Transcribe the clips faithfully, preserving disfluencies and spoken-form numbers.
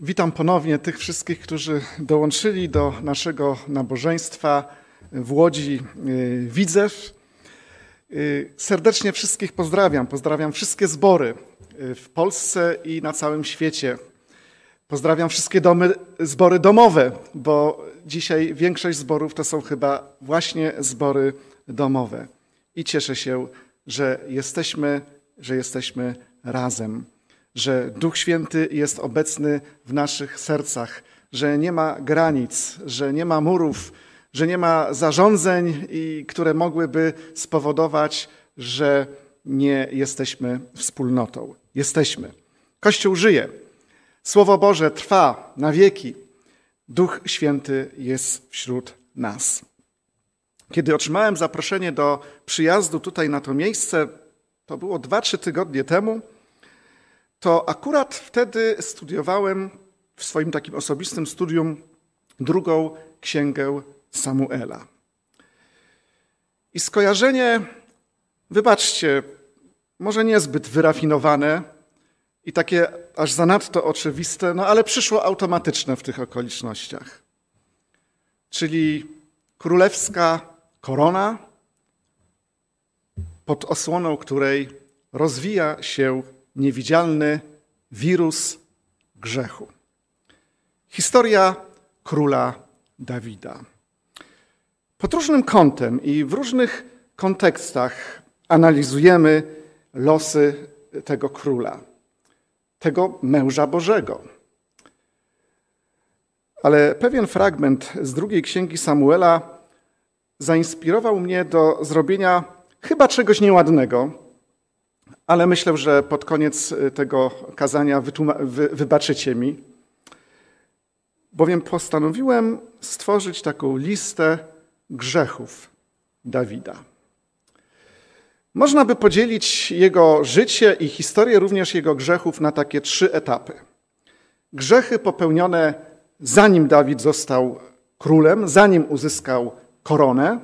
Witam ponownie tych wszystkich, którzy dołączyli do naszego nabożeństwa w Łodzi Widzew. Serdecznie wszystkich pozdrawiam. Pozdrawiam wszystkie zbory w Polsce i na całym świecie. Pozdrawiam wszystkie domy, zbory domowe, bo dzisiaj większość zborów to są chyba właśnie zbory domowe. I cieszę się, że jesteśmy, że jesteśmy razem, że Duch Święty jest obecny w naszych sercach, że nie ma granic, że nie ma murów, że nie ma zarządzeń, które mogłyby spowodować, że nie jesteśmy wspólnotą. Jesteśmy. Kościół żyje. Słowo Boże trwa na wieki. Duch Święty jest wśród nas. Kiedy otrzymałem zaproszenie do przyjazdu tutaj na to miejsce, to było dwa, trzy tygodnie temu, to akurat wtedy studiowałem w swoim takim osobistym studium drugą księgę Samuela. I skojarzenie, wybaczcie, może niezbyt wyrafinowane i takie aż zanadto oczywiste, no ale przyszło automatyczne w tych okolicznościach. Czyli królewska korona, pod osłoną której rozwija się niewidzialny wirus grzechu. Historia króla Dawida. Pod różnym kątem i w różnych kontekstach analizujemy losy tego króla, tego męża Bożego. Ale pewien fragment z drugiej księgi Samuela zainspirował mnie do zrobienia chyba czegoś nieładnego, ale myślę, że pod koniec tego kazania wytłuma- wy- wybaczycie mi, bowiem postanowiłem stworzyć taką listę grzechów Dawida. Można by podzielić jego życie i historię również jego grzechów na takie trzy etapy. Grzechy popełnione zanim Dawid został królem, zanim uzyskał koronę.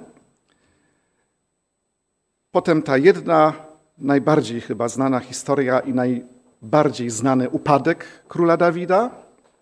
Potem ta jedna, najbardziej chyba znana historia i najbardziej znany upadek króla Dawida,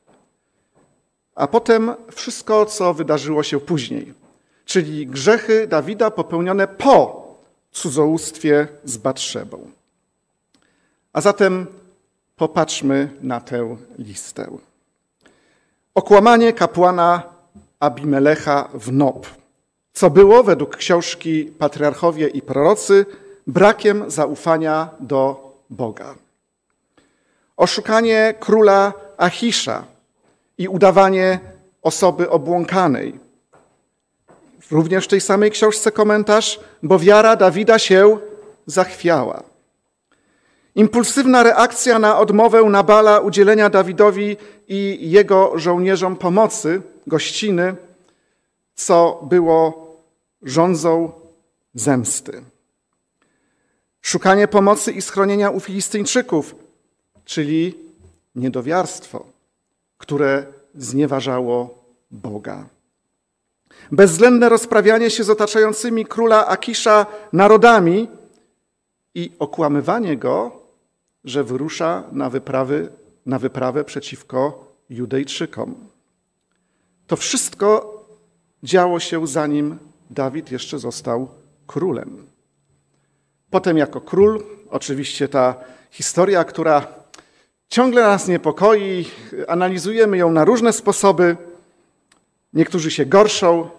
a potem wszystko, co wydarzyło się później, czyli grzechy Dawida popełnione po cudzołóstwie z Batszebą. A zatem popatrzmy na tę listę. Okłamanie kapłana Abimelecha w Nob, co było według książki Patriarchowie i Prorocy brakiem zaufania do Boga. Oszukanie króla Achisza i udawanie osoby obłąkanej. Również w tej samej książce komentarz, bo wiara Dawida się zachwiała. Impulsywna reakcja na odmowę Nabala udzielenia Dawidowi i jego żołnierzom pomocy, gościny, co było żądzą zemsty. Szukanie pomocy i schronienia u Filistyńczyków, czyli niedowiarstwo, które znieważało Boga. Bezwzględne rozprawianie się z otaczającymi króla Akisza narodami i okłamywanie go, że wyrusza na, wyprawy, na wyprawę przeciwko Judejczykom. To wszystko działo się, zanim Dawid jeszcze został królem. Potem jako król, oczywiście ta historia, która ciągle nas niepokoi, analizujemy ją na różne sposoby, niektórzy się gorszą.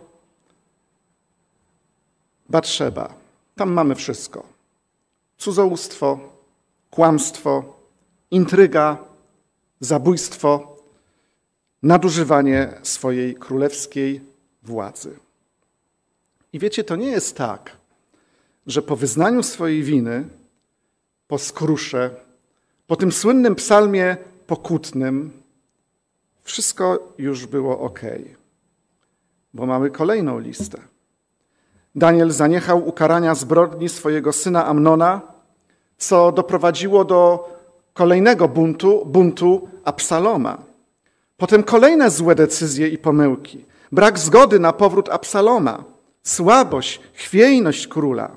Batszeba, tam mamy wszystko. Cudzołóstwo, kłamstwo, intryga, zabójstwo, nadużywanie swojej królewskiej władzy. I wiecie, to nie jest tak, że po wyznaniu swojej winy, po skrusze, po tym słynnym psalmie pokutnym, wszystko już było okej, bo mamy kolejną listę. Daniel zaniechał ukarania zbrodni swojego syna Amnona, co doprowadziło do kolejnego buntu, buntu Absaloma. Potem kolejne złe decyzje i pomyłki, brak zgody na powrót Absaloma, słabość, chwiejność króla.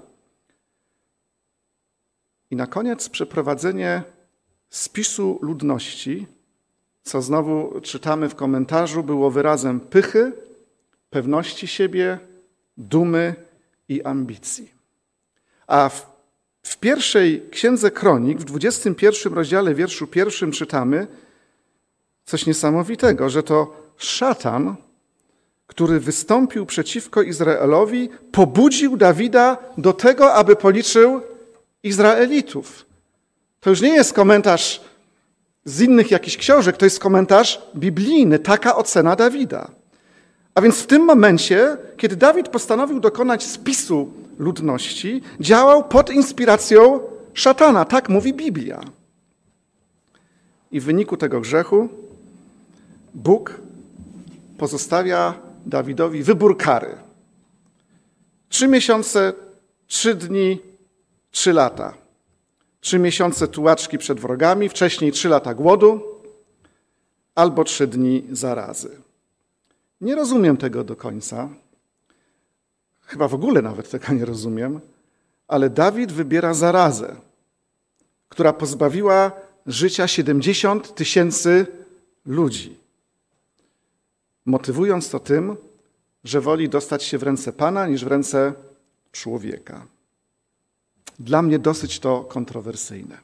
I na koniec przeprowadzenie spisu ludności co znowu czytamy w komentarzu, było wyrazem pychy, pewności siebie, dumy i ambicji. A w, w pierwszej Księdze Kronik, w dwudziestym pierwszym rozdziale, wierszu pierwszym czytamy coś niesamowitego, że to szatan, który wystąpił przeciwko Izraelowi, pobudził Dawida do tego, aby policzył Izraelitów. To już nie jest komentarz z innych jakichś książek, to jest komentarz biblijny, taka ocena Dawida. A więc w tym momencie, kiedy Dawid postanowił dokonać spisu ludności, działał pod inspiracją szatana, tak mówi Biblia. I w wyniku tego grzechu Bóg pozostawia Dawidowi wybór kary. Trzy miesiące, trzy dni, trzy lata. Trzy miesiące tułaczki przed wrogami, wcześniej trzy lata głodu, albo trzy dni zarazy. Nie rozumiem tego do końca. Chyba w ogóle nawet tego nie rozumiem, ale Dawid wybiera zarazę, która pozbawiła życia siedemdziesiąt tysięcy ludzi. Motywując to tym, że woli dostać się w ręce Pana niż w ręce człowieka. Dla mnie dosyć to kontrowersyjne.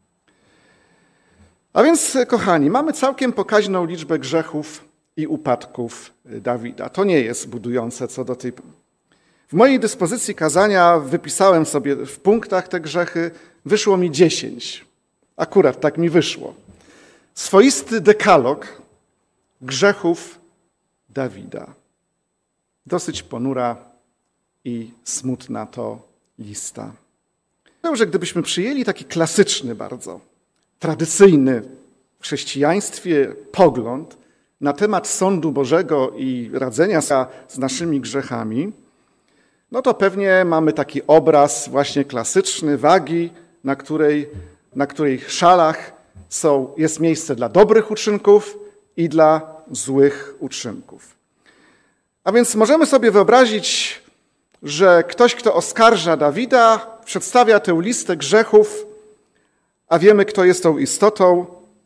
A więc, kochani, mamy całkiem pokaźną liczbę grzechów i upadków Dawida. To nie jest budujące co do tej... W mojej dyspozycji kazania wypisałem sobie w punktach te grzechy, wyszło mi dziesięć. Akurat tak mi wyszło. Swoisty dekalog grzechów Dawida. Dosyć ponura i smutna to lista. Myślę, że gdybyśmy przyjęli taki klasyczny bardzo, tradycyjny w chrześcijaństwie pogląd na temat sądu Bożego i radzenia sobie z naszymi grzechami, no to pewnie mamy taki obraz właśnie klasyczny, wagi, na której, na której szalach są, jest miejsce dla dobrych uczynków i dla złych uczynków. A więc możemy sobie wyobrazić, że ktoś, kto oskarża Dawida, przedstawia tę listę grzechów, a wiemy, kto jest tą istotą,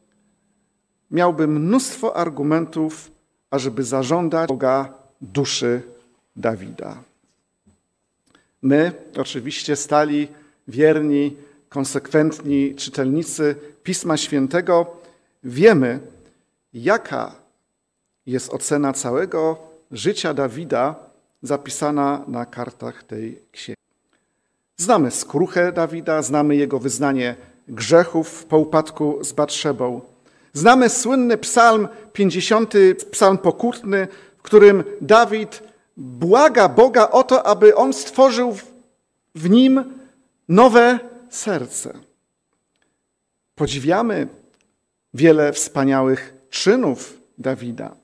miałby mnóstwo argumentów, ażeby zażądać Boga duszy Dawida. My, oczywiście stali, wierni, konsekwentni czytelnicy Pisma Świętego, wiemy, jaka jest ocena całego życia Dawida zapisana na kartach tej księgi. Znamy skruchę Dawida, znamy jego wyznanie grzechów po upadku z Batszebą. Znamy słynny psalm pięćdziesiąty, psalm pokutny, w którym Dawid błaga Boga o to, aby on stworzył w nim nowe serce. Podziwiamy wiele wspaniałych czynów Dawida.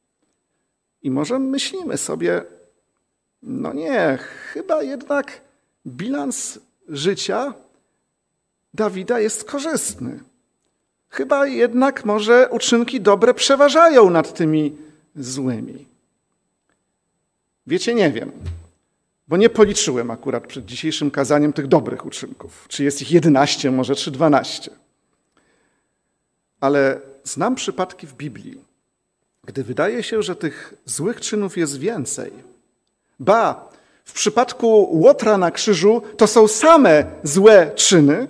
I może myślimy sobie, no nie, chyba jednak bilans życia Dawida jest korzystny. Chyba jednak może uczynki dobre przeważają nad tymi złymi. Wiecie, nie wiem, bo nie policzyłem akurat przed dzisiejszym kazaniem tych dobrych uczynków. Czy jest ich jedenaście, może czy dwanaście. Ale znam przypadki w Biblii, gdy wydaje się, że tych złych czynów jest więcej. Ba, w przypadku Łotra na krzyżu to są same złe czyny,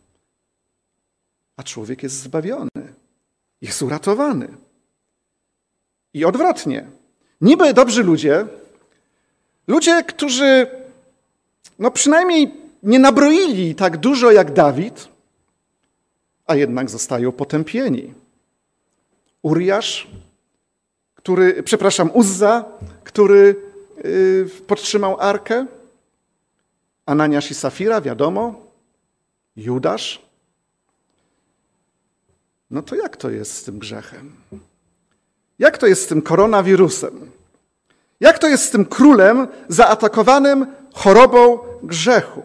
a człowiek jest zbawiony, jest uratowany. I odwrotnie. Niby dobrzy ludzie, ludzie, którzy no przynajmniej nie nabroili tak dużo jak Dawid, a jednak zostają potępieni. Uriasz, który, przepraszam, Uzza, który yy, podtrzymał arkę, Ananiasz i Safira, wiadomo, Judasz. No to jak to jest z tym grzechem? Jak to jest z tym koronawirusem? Jak to jest z tym królem zaatakowanym chorobą grzechu?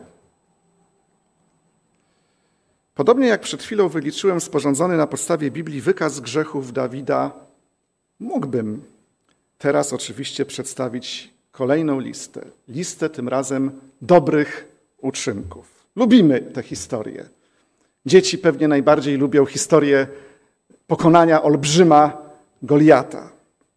Podobnie jak przed chwilą wyliczyłem sporządzony na podstawie Biblii wykaz grzechów Dawida, mógłbym teraz oczywiście przedstawić kolejną listę. Listę tym razem dobrych uczynków. Lubimy te historie. Dzieci pewnie najbardziej lubią historie pokonania olbrzyma Goliata.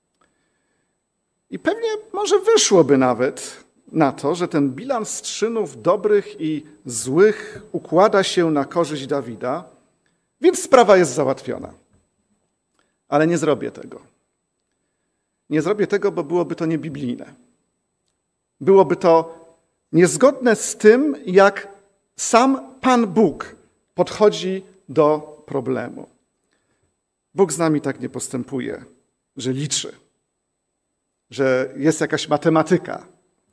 I pewnie może wyszłoby nawet na to, że ten bilans czynów dobrych i złych układa się na korzyść Dawida, więc sprawa jest załatwiona. Ale nie zrobię tego. Nie zrobię tego, bo byłoby to niebiblijne. Byłoby to niezgodne z tym, jak sam Pan Bóg podchodzi do problemu. Bóg z nami tak nie postępuje, że liczy, że jest jakaś matematyka.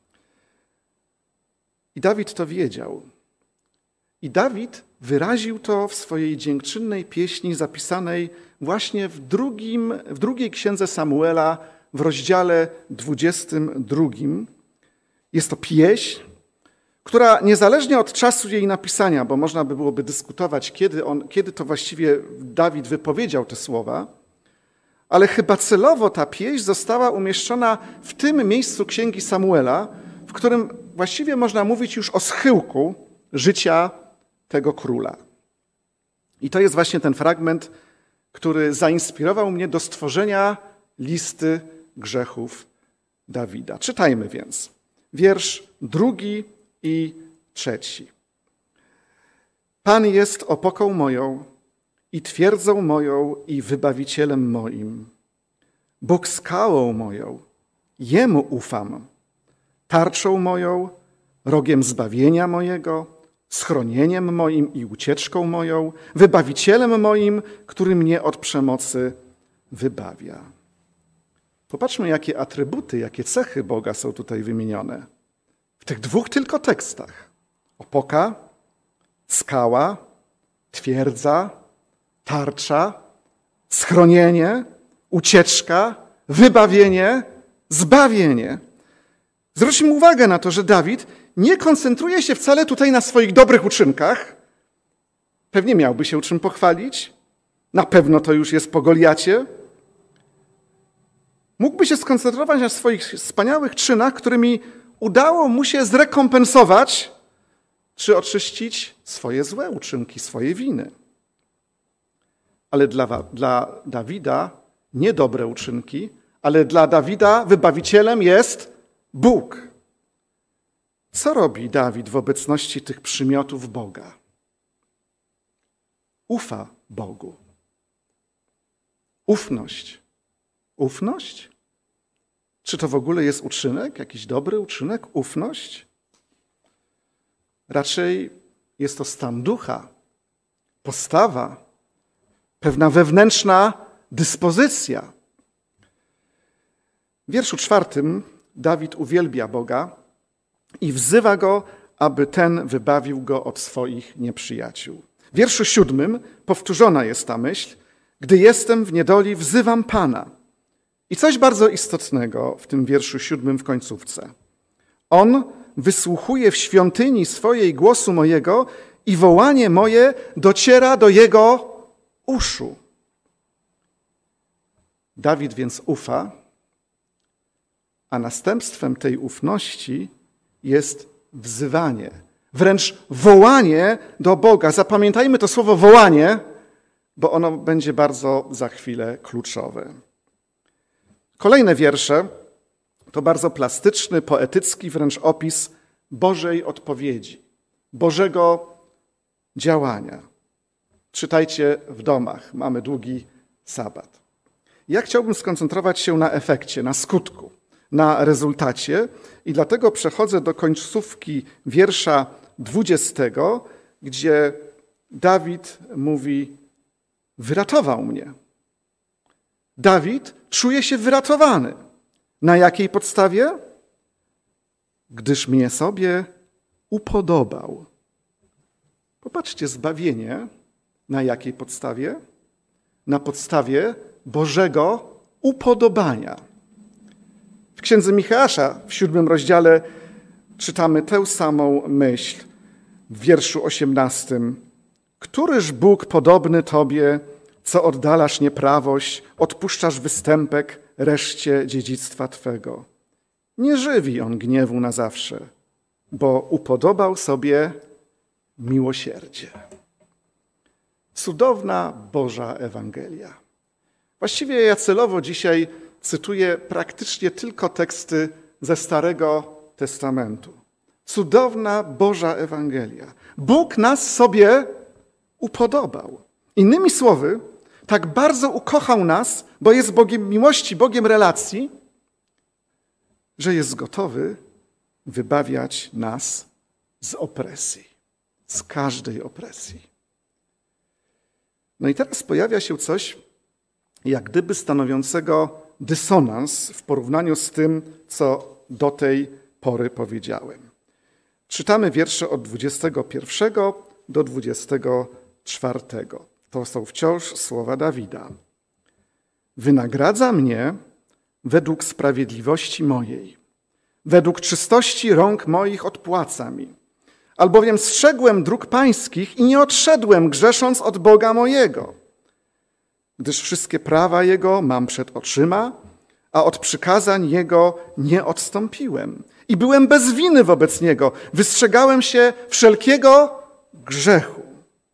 I Dawid to wiedział. I Dawid wyraził to w swojej dziękczynnej pieśni zapisanej właśnie w, drugim, w drugiej księdze Samuela w rozdziale dwudziestym drugim. Jest to pieśń, która niezależnie od czasu jej napisania, bo można by byłoby dyskutować, kiedy, on, kiedy to właściwie Dawid wypowiedział te słowa, ale chyba celowo ta pieśń została umieszczona w tym miejscu księgi Samuela, w którym właściwie można mówić już o schyłku życia tego króla. I to jest właśnie ten fragment, który zainspirował mnie do stworzenia listy grzechów Dawida. Czytajmy więc wiersz drugi i trzeci. Pan jest opoką moją i twierdzą moją i wybawicielem moim. Bóg skałą moją, Jemu ufam. Tarczą moją, rogiem zbawienia mojego, schronieniem moim i ucieczką moją, wybawicielem moim, który mnie od przemocy wybawia. Popatrzmy, jakie atrybuty, jakie cechy Boga są tutaj wymienione. W tych dwóch tylko tekstach. Opoka, skała, twierdza, tarcza, schronienie, ucieczka, wybawienie, zbawienie. Zwróćmy uwagę na to, że Dawid nie koncentruje się wcale tutaj na swoich dobrych uczynkach. Pewnie miałby się czym pochwalić. Na pewno to już jest po Goliacie. Mógłby się skoncentrować na swoich wspaniałych czynach, którymi udało mu się zrekompensować czy oczyścić swoje złe uczynki, swoje winy. Ale dla, dla Dawida nie dobre uczynki, ale dla Dawida wybawicielem jest Bóg. Co robi Dawid w obecności tych przymiotów Boga? Ufa Bogu. Ufność. Ufność? Czy to w ogóle jest uczynek? Jakiś dobry uczynek? Ufność? Raczej jest to stan ducha, postawa, pewna wewnętrzna dyspozycja. W wierszu czwartym Dawid uwielbia Boga i wzywa Go, aby ten wybawił go od swoich nieprzyjaciół. W wierszu siódmym powtórzona jest ta myśl: gdy jestem w niedoli, wzywam Pana. I coś bardzo istotnego w tym wierszu siódmym w końcówce. On wysłuchuje w świątyni swojej głosu mojego i wołanie moje dociera do jego uszu. Dawid więc ufa, a następstwem tej ufności jest wzywanie, wręcz wołanie do Boga. Zapamiętajmy to słowo wołanie, bo ono będzie bardzo za chwilę kluczowe. Kolejne wiersze to bardzo plastyczny, poetycki wręcz opis Bożej odpowiedzi, Bożego działania. Czytajcie w domach, mamy długi sabat. Ja chciałbym skoncentrować się na efekcie, na skutku, na rezultacie i dlatego przechodzę do końcówki wiersza dwudziestego, gdzie Dawid mówi: wyratował mnie. Dawid czuje się wyratowany. Na jakiej podstawie? Gdyż mnie sobie upodobał. Popatrzcie, zbawienie na jakiej podstawie? Na podstawie Bożego upodobania. W księdze Micheasza w siódmym rozdziale czytamy tę samą myśl w wierszu osiemnastym. Któryż Bóg podobny Tobie, co oddalasz nieprawość, odpuszczasz występek reszcie dziedzictwa Twego. Nie żywi On gniewu na zawsze, bo upodobał sobie miłosierdzie. Cudowna Boża Ewangelia. Właściwie ja celowo dzisiaj cytuję praktycznie tylko teksty ze Starego Testamentu. Cudowna Boża Ewangelia. Bóg nas sobie upodobał. Innymi słowy, tak bardzo ukochał nas, bo jest Bogiem miłości, Bogiem relacji, że jest gotowy wybawiać nas z opresji, z każdej opresji. No i teraz pojawia się coś, jak gdyby stanowiącego dysonans w porównaniu z tym, co do tej pory powiedziałem. Czytamy wiersze od dwudziestego pierwszego do dwudziestego czwartego. To są wciąż słowa Dawida. Wynagradza mnie według sprawiedliwości mojej. Według czystości rąk moich odpłaca mi. Albowiem strzegłem dróg pańskich i nie odszedłem, grzesząc od Boga mojego. Gdyż wszystkie prawa Jego mam przed oczyma, a od przykazań Jego nie odstąpiłem. I byłem bez winy wobec Niego. Wystrzegałem się wszelkiego grzechu.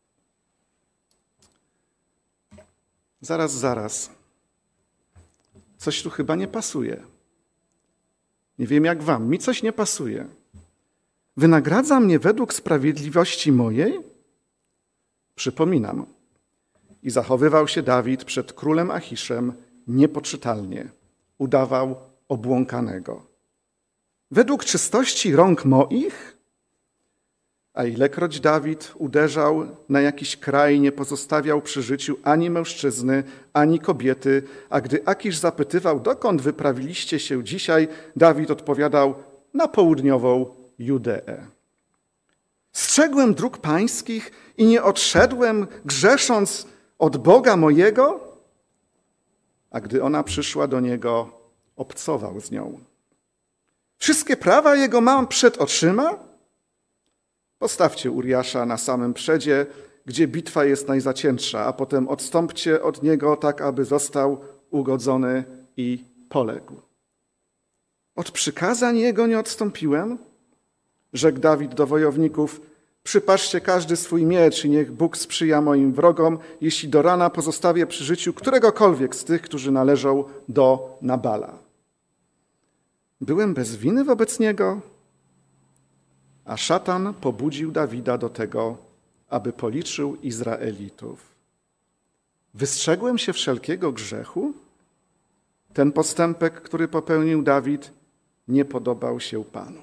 Zaraz, zaraz. Coś tu chyba nie pasuje. Nie wiem jak wam, mi coś nie pasuje. Wynagradza mnie według sprawiedliwości mojej? Przypominam. I zachowywał się Dawid przed królem Achiszem niepoczytalnie. Udawał obłąkanego. Według czystości rąk moich? A ilekroć Dawid uderzał na jakiś kraj, nie pozostawiał przy życiu ani mężczyzny, ani kobiety, a gdy Akisz zapytywał, dokąd wyprawiliście się dzisiaj, Dawid odpowiadał, na południową Judeę. Strzegłem dróg pańskich i nie odszedłem, grzesząc od Boga mojego? A gdy ona przyszła do niego, obcował z nią. Wszystkie prawa jego mam przed oczyma? Postawcie Uriasza na samym przedzie, gdzie bitwa jest najzaciętsza, a potem odstąpcie od niego tak, aby został ugodzony i poległ. Od przykazań jego nie odstąpiłem, rzekł Dawid do wojowników, przypatrzcie każdy swój miecz i niech Bóg sprzyja moim wrogom, jeśli do rana pozostawię przy życiu któregokolwiek z tych, którzy należą do Nabala. Byłem bez winy wobec niego, a szatan pobudził Dawida do tego, aby policzył Izraelitów. Wystrzegłem się wszelkiego grzechu? Ten postępek, który popełnił Dawid, nie podobał się Panu.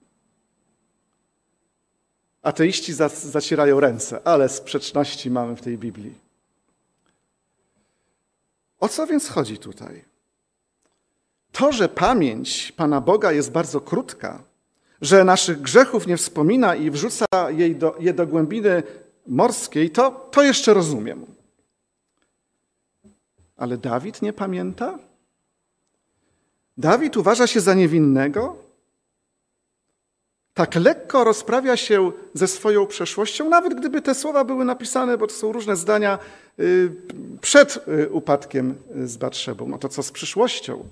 Ateiści zacierają ręce, ale sprzeczności mamy w tej Biblii. O co więc chodzi tutaj? To, że pamięć Pana Boga jest bardzo krótka, że naszych grzechów nie wspomina i wrzuca jej do, je do głębiny morskiej, to, to jeszcze rozumiem. Ale Dawid nie pamięta? Dawid uważa się za niewinnego? Tak lekko rozprawia się ze swoją przeszłością, nawet gdyby te słowa były napisane, bo to są różne zdania, przed upadkiem z Batszebą. No to co z przyszłością?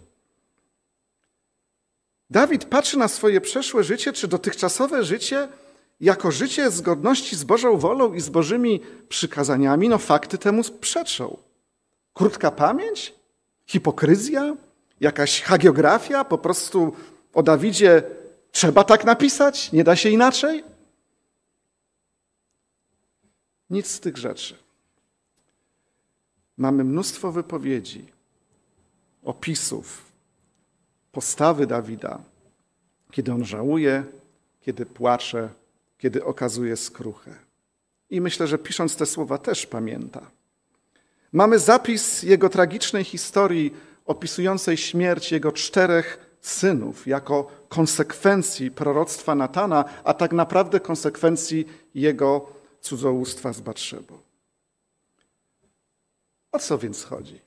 Dawid patrzy na swoje przeszłe życie, czy dotychczasowe życie, jako życie zgodności z Bożą wolą i z Bożymi przykazaniami. No fakty temu przeczą. Krótka pamięć? Hipokryzja? Jakaś hagiografia? Po prostu o Dawidzie trzeba tak napisać? Nie da się inaczej? Nic z tych rzeczy. Mamy mnóstwo wypowiedzi, opisów, postawy Dawida, kiedy on żałuje, kiedy płacze, kiedy okazuje skruchę. I myślę, że pisząc te słowa też pamięta. Mamy zapis jego tragicznej historii opisującej śmierć jego czterech synów jako konsekwencji proroctwa Natana, a tak naprawdę konsekwencji jego cudzołóstwa z Batszebą. O co więc chodzi?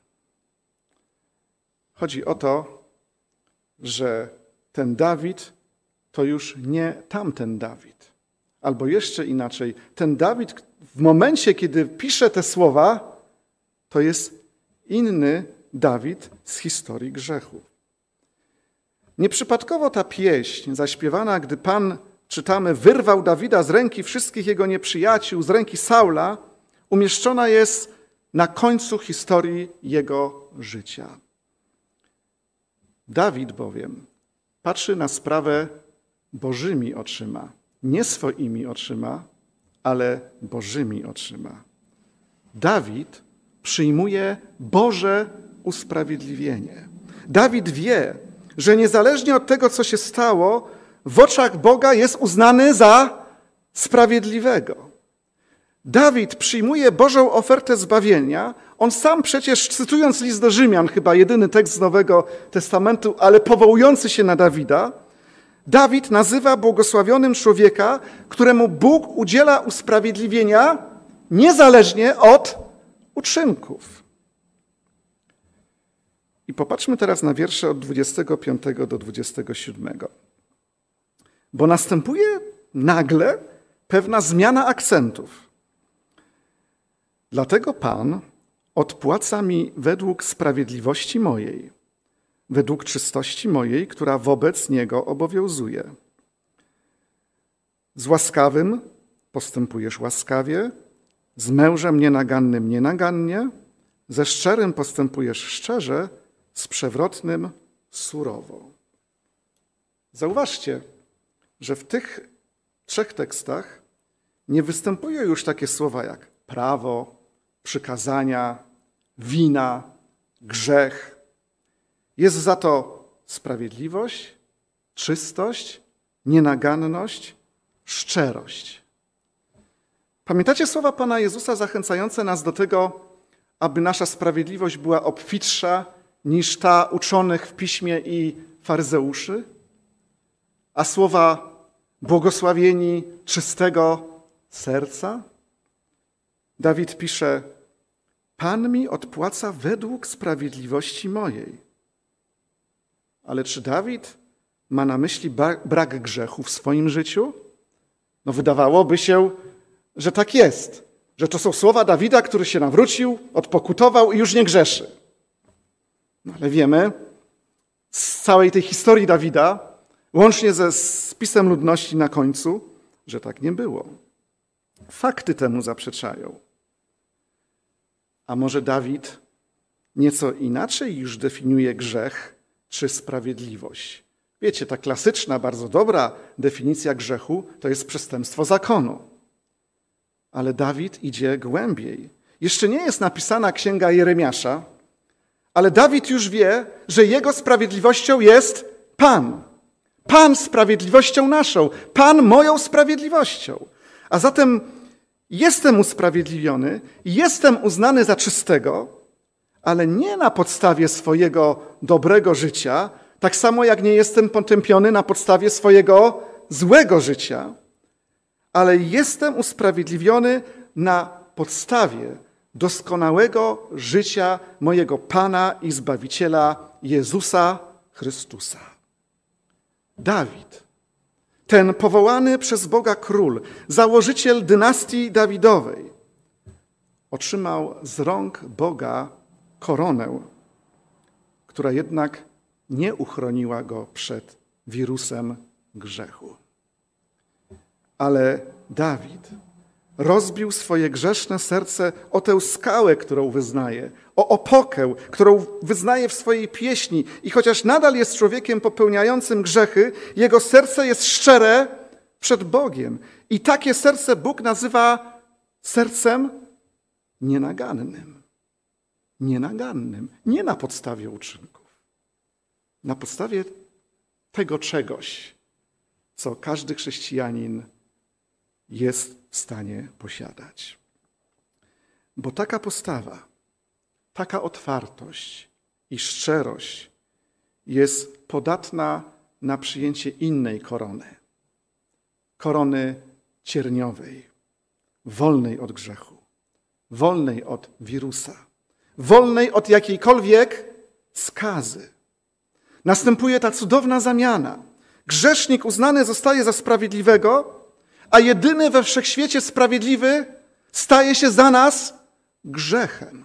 Chodzi o to, że ten Dawid to już nie tamten Dawid. Albo jeszcze inaczej, ten Dawid w momencie, kiedy pisze te słowa, to jest inny Dawid z historii grzechu. Nieprzypadkowo ta pieśń zaśpiewana, gdy Pan, czytamy, wyrwał Dawida z ręki wszystkich jego nieprzyjaciół, z ręki Saula, umieszczona jest na końcu historii jego życia. Dawid bowiem patrzy na sprawę Bożymi oczyma, nie swoimi oczyma, ale Bożymi oczyma. Dawid przyjmuje Boże usprawiedliwienie. Dawid wie, że niezależnie od tego, co się stało, w oczach Boga jest uznany za sprawiedliwego. Dawid przyjmuje Bożą ofertę zbawienia. On sam przecież, cytując list do Rzymian, chyba jedyny tekst z Nowego Testamentu, ale powołujący się na Dawida, Dawid nazywa błogosławionym człowieka, któremu Bóg udziela usprawiedliwienia niezależnie od uczynków. I popatrzmy teraz na wiersze od dwudziestego piątego do dwudziestego siódmego. Bo następuje nagle pewna zmiana akcentów. Dlatego Pan odpłaca mi według sprawiedliwości mojej, według czystości mojej, która wobec Niego obowiązuje. Z łaskawym postępujesz łaskawie, z mężem nienagannym nienagannie, ze szczerym postępujesz szczerze, z przewrotnym surowo. Zauważcie, że w tych trzech tekstach nie występują już takie słowa jak prawo, przykazania, wina, grzech. Jest za to sprawiedliwość, czystość, nienaganność, szczerość. Pamiętacie słowa Pana Jezusa zachęcające nas do tego, aby nasza sprawiedliwość była obfitsza niż ta uczonych w piśmie i faryzeuszy? A słowa błogosławieni czystego serca? Dawid pisze, Pan mi odpłaca według sprawiedliwości mojej. Ale czy Dawid ma na myśli brak grzechu w swoim życiu? No wydawałoby się, że tak jest, że to są słowa Dawida, który się nawrócił, odpokutował i już nie grzeszy. No ale wiemy z całej tej historii Dawida, łącznie ze spisem ludności na końcu, że tak nie było. Fakty temu zaprzeczają. A może Dawid nieco inaczej już definiuje grzech czy sprawiedliwość? Wiecie, ta klasyczna, bardzo dobra definicja grzechu to jest przestępstwo zakonu. Ale Dawid idzie głębiej. Jeszcze nie jest napisana księga Jeremiasza, ale Dawid już wie, że jego sprawiedliwością jest Pan. Pan sprawiedliwością naszą. Pan moją sprawiedliwością. A zatem jestem usprawiedliwiony, jestem uznany za czystego, ale nie na podstawie swojego dobrego życia, tak samo jak nie jestem potępiony na podstawie swojego złego życia, ale jestem usprawiedliwiony na podstawie doskonałego życia mojego Pana i Zbawiciela Jezusa Chrystusa. Dawid, ten powołany przez Boga król, założyciel dynastii Dawidowej, otrzymał z rąk Boga koronę, która jednak nie uchroniła go przed wirusem grzechu. Ale Dawid rozbił swoje grzeszne serce o tę skałę, którą wyznaje, o opokę, którą wyznaje w swojej pieśni. I chociaż nadal jest człowiekiem popełniającym grzechy, jego serce jest szczere przed Bogiem. I takie serce Bóg nazywa sercem nienagannym. Nienagannym. Nie na podstawie uczynków. Na podstawie tego czegoś, co każdy chrześcijanin jest w stanie posiadać. Bo taka postawa, taka otwartość i szczerość jest podatna na przyjęcie innej korony. Korony cierniowej, wolnej od grzechu, wolnej od wirusa, wolnej od jakiejkolwiek skazy. Następuje ta cudowna zamiana. Grzesznik uznany zostaje za sprawiedliwego, a jedyny we wszechświecie sprawiedliwy staje się za nas grzechem.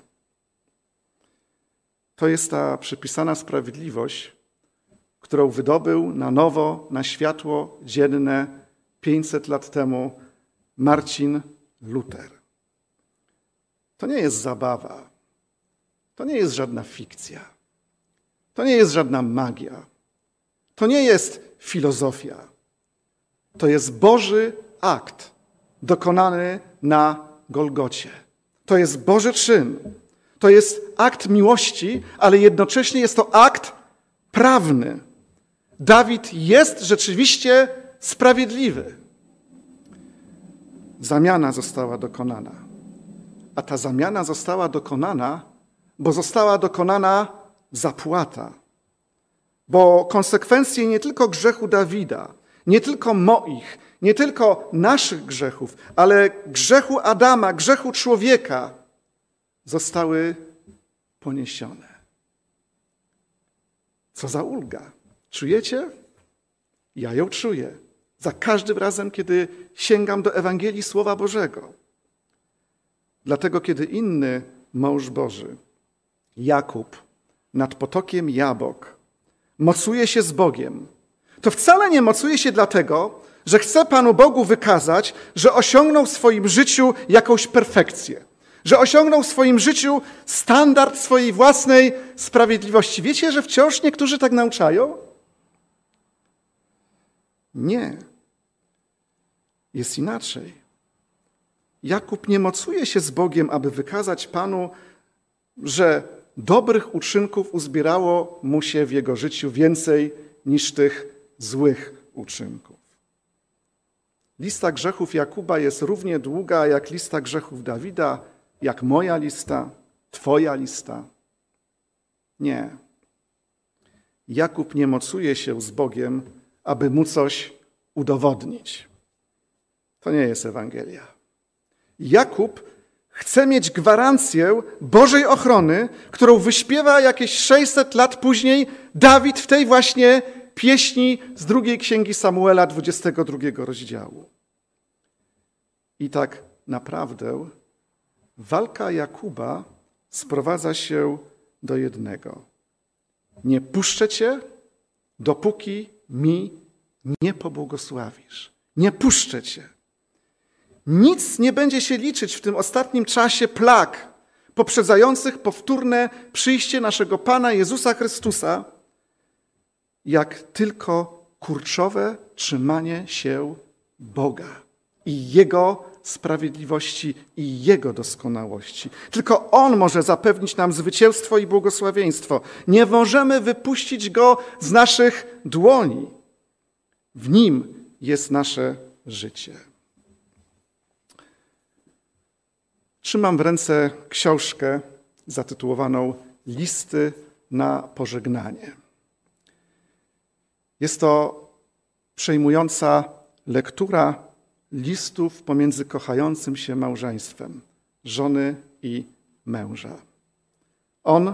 To jest ta przypisana sprawiedliwość, którą wydobył na nowo, na światło dzienne pięćset lat temu Marcin Luter. To nie jest zabawa. to nie jest żadna fikcja. To nie jest żadna magia. To nie jest filozofia. To jest Boży akt dokonany na Golgocie. To jest Boży czyn. To jest akt miłości, ale jednocześnie jest to akt prawny. Dawid jest rzeczywiście sprawiedliwy. Zamiana została dokonana. A ta zamiana została dokonana, bo została dokonana zapłata. Bo konsekwencje nie tylko grzechu Dawida, nie tylko moich, nie tylko naszych grzechów, ale grzechu Adama, grzechu człowieka zostały poniesione. Co za ulga. Czujecie? Ja ją czuję. Za każdym razem, kiedy sięgam do Ewangelii Słowa Bożego. Dlatego, kiedy inny mąż Boży, Jakub, nad potokiem Jabok, mocuje się z Bogiem, to wcale nie mocuje się dlatego, że chce Panu Bogu wykazać, że osiągnął w swoim życiu jakąś perfekcję, że osiągnął w swoim życiu standard swojej własnej sprawiedliwości. Wiecie, że wciąż niektórzy tak nauczają? Nie. Jest inaczej. Jakub nie mocuje się z Bogiem, aby wykazać Panu, że dobrych uczynków uzbierało mu się w jego życiu więcej niż tych złych uczynków. Lista grzechów Jakuba jest równie długa jak lista grzechów Dawida, jak moja lista, twoja lista. Nie. Jakub nie mocuje się z Bogiem, aby mu coś udowodnić. To nie jest Ewangelia. Jakub chce mieć gwarancję Bożej ochrony, którą wyśpiewa jakieś sześćset lat później Dawid w tej właśnie pieśni z drugiej księgi Samuela, dwudziestego drugiego rozdziału. I tak naprawdę walka Jakuba sprowadza się do jednego. Nie puszczę cię, dopóki mi nie pobłogosławisz. Nie puszczę cię. Nic nie będzie się liczyć w tym ostatnim czasie plag poprzedzających powtórne przyjście naszego Pana Jezusa Chrystusa, jak tylko kurczowe trzymanie się Boga i Jego sprawiedliwości i Jego doskonałości. Tylko On może zapewnić nam zwycięstwo i błogosławieństwo. Nie możemy wypuścić Go z naszych dłoni. W Nim jest nasze życie. Trzymam w ręce książkę zatytułowaną Listy na pożegnanie. Jest to przejmująca lektura listów pomiędzy kochającym się małżeństwem, żony i męża. On,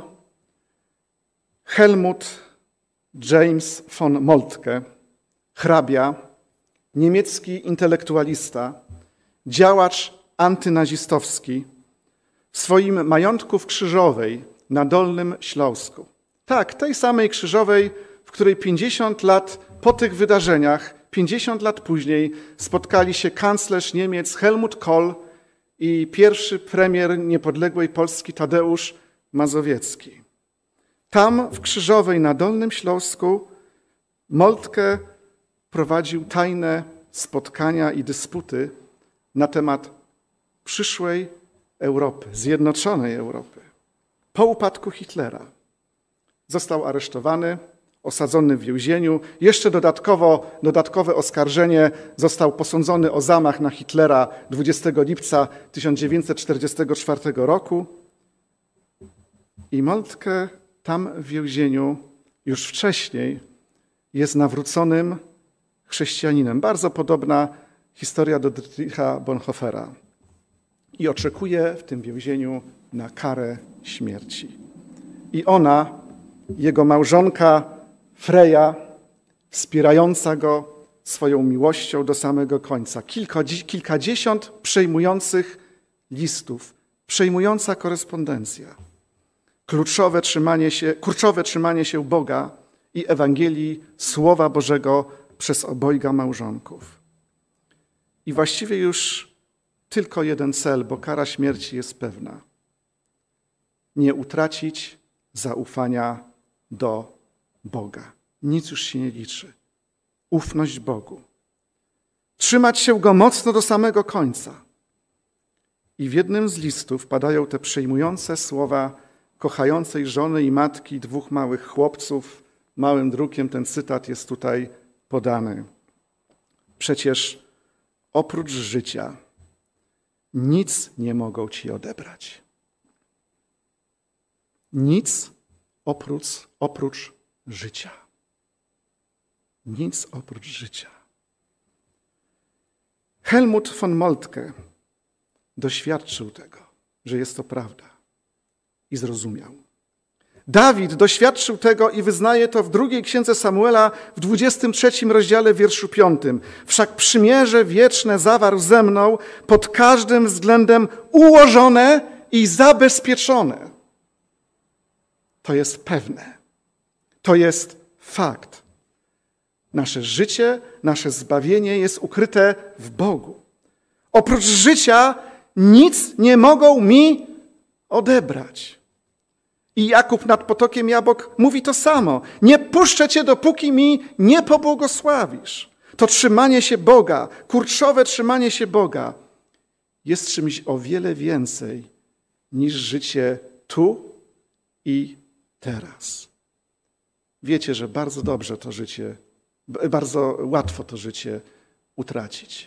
Helmut James von Moltke, hrabia, niemiecki intelektualista, działacz antynazistowski, w swoim majątku w Krzyżowej na Dolnym Śląsku. Tak, tej samej Krzyżowej, w której pięćdziesiąt lat po tych wydarzeniach, pięćdziesiąt lat później spotkali się kanclerz Niemiec Helmut Kohl i pierwszy premier niepodległej Polski Tadeusz Mazowiecki. Tam w Krzyżowej na Dolnym Śląsku Moltke prowadził tajne spotkania i dysputy na temat przyszłej Europy, zjednoczonej Europy. Po upadku Hitlera został aresztowany, osadzony w więzieniu. Jeszcze dodatkowo, dodatkowe oskarżenie, został posądzony o zamach na Hitlera dwudziestego lipca tysiąc dziewięćset czterdziestego czwartego roku. I Moltke tam w więzieniu już wcześniej jest nawróconym chrześcijaninem. Bardzo podobna historia do Dietricha Bonhoeffera. I oczekuje w tym więzieniu na karę śmierci. I ona, jego małżonka Freja, wspierająca go swoją miłością do samego końca. Kilka, kilkadziesiąt przejmujących listów, przejmująca korespondencja. Kluczowe trzymanie się, kurczowe trzymanie się Boga i Ewangelii Słowa Bożego przez obojga małżonków. I właściwie już tylko jeden cel, bo kara śmierci jest pewna. nie utracić zaufania do Boga. Nic już się nie liczy. Ufność Bogu. Trzymać się Go mocno do samego końca. I w jednym z listów padają te przejmujące słowa kochającej żony i matki dwóch małych chłopców. Małym drukiem ten cytat jest tutaj podany. Przecież oprócz życia nic nie mogą ci odebrać. Nic oprócz, oprócz życia. Nic oprócz życia. Helmut von Moltke doświadczył tego, że jest to prawda i zrozumiał. Dawid doświadczył tego i wyznaje to w drugiej księdze Samuela w dwudziestym trzecim rozdziale wierszu piątym. Wszak przymierze wieczne zawarł ze mną, pod każdym względem ułożone i zabezpieczone. To jest pewne. To jest fakt. Nasze życie, nasze zbawienie jest ukryte w Bogu. Oprócz życia nic nie mogą mi odebrać. I Jakub nad potokiem Jabok mówi to samo. Nie puszczę cię, dopóki mi nie pobłogosławisz. To trzymanie się Boga, kurczowe trzymanie się Boga jest czymś o wiele więcej niż życie tu i teraz. Wiecie, że bardzo dobrze to życie, bardzo łatwo to życie utracić.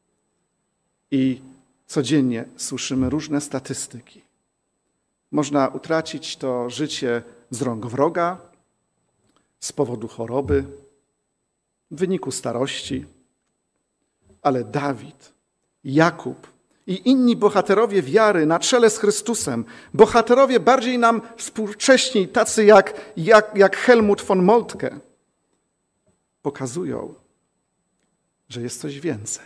I codziennie słyszymy różne statystyki. Można utracić to życie z rąk wroga, z powodu choroby, w wyniku starości. Ale Dawid, Jakub i inni bohaterowie wiary na czele z Chrystusem, bohaterowie bardziej nam współcześni, tacy jak, jak, jak Helmut von Moltke, pokazują, że jest coś więcej.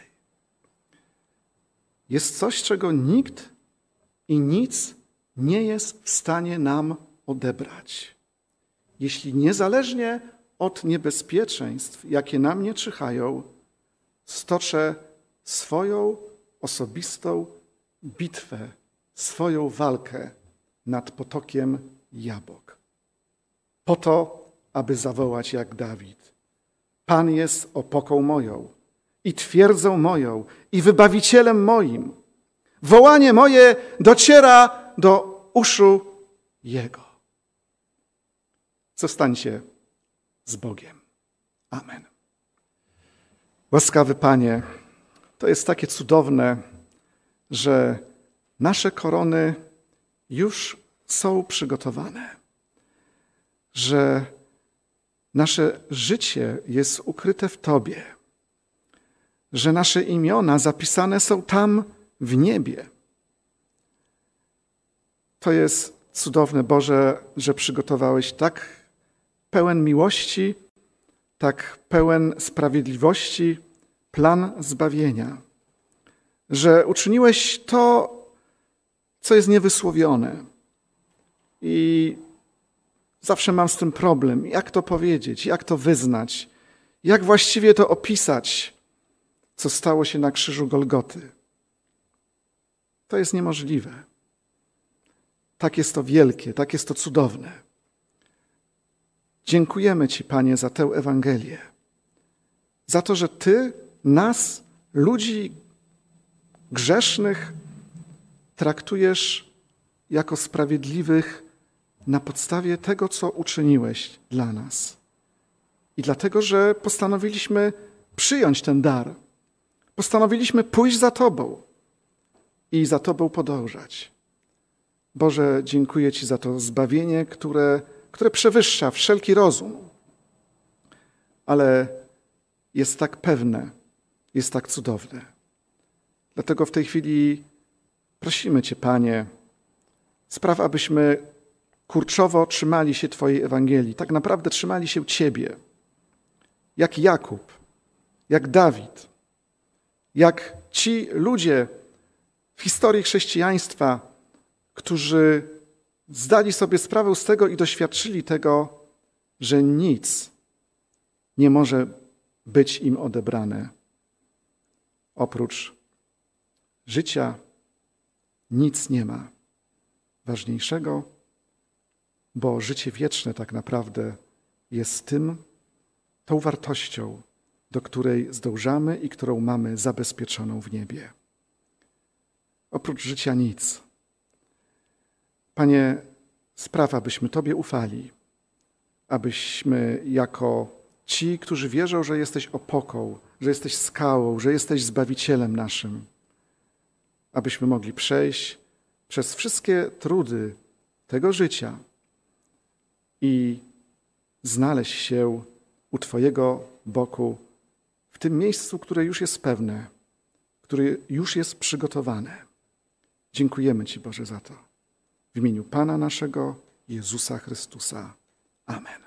Jest coś, czego nikt i nic nie jest w stanie nam odebrać. Jeśli niezależnie od niebezpieczeństw, jakie na mnie czyhają, stoczę swoją osobistą bitwę, swoją walkę nad potokiem Jabok. Po to, aby zawołać jak Dawid. Pan jest opoką moją i twierdzą moją i wybawicielem moim. Wołanie moje dociera do uszu Jego. Zostańcie z Bogiem. Amen. Łaskawy Panie, to jest takie cudowne, że nasze korony już są przygotowane, że nasze życie jest ukryte w Tobie, że nasze imiona zapisane są tam w niebie. To jest cudowne, Boże, że przygotowałeś tak pełen miłości, tak pełen sprawiedliwości plan zbawienia, że uczyniłeś to, co jest niewysłowione. I zawsze mam z tym problem, jak to powiedzieć, jak to wyznać, jak właściwie to opisać, co stało się na krzyżu Golgoty. To jest niemożliwe. Tak jest to wielkie, tak jest to cudowne. Dziękujemy Ci, Panie, za tę Ewangelię. Za to, że Ty nas, ludzi grzesznych, traktujesz jako sprawiedliwych na podstawie tego, co uczyniłeś dla nas. I dlatego, że postanowiliśmy przyjąć ten dar. Postanowiliśmy pójść za Tobą i za Tobą podążać. Boże, dziękuję Ci za to zbawienie, które, które przewyższa wszelki rozum, ale jest tak pewne, jest tak cudowne. Dlatego w tej chwili prosimy Cię, Panie, spraw, abyśmy kurczowo trzymali się Twojej Ewangelii, tak naprawdę trzymali się Ciebie, jak Jakub, jak Dawid, jak ci ludzie w historii chrześcijaństwa, którzy zdali sobie sprawę z tego i doświadczyli tego, że nic nie może być im odebrane. Oprócz życia nic nie ma ważniejszego bo życie wieczne tak naprawdę jest tym, tą wartością, do której zdążamy i którą mamy zabezpieczoną w niebie. Oprócz życia nic. Panie, spraw, abyśmy Tobie ufali, abyśmy jako ci, którzy wierzą, że jesteś opoką, że jesteś skałą, że jesteś Zbawicielem naszym, abyśmy mogli przejść przez wszystkie trudy tego życia i znaleźć się u Twojego boku w tym miejscu, które już jest pewne, które już jest przygotowane. Dziękujemy Ci, Boże, za to. W imieniu Pana naszego, Jezusa Chrystusa. Amen.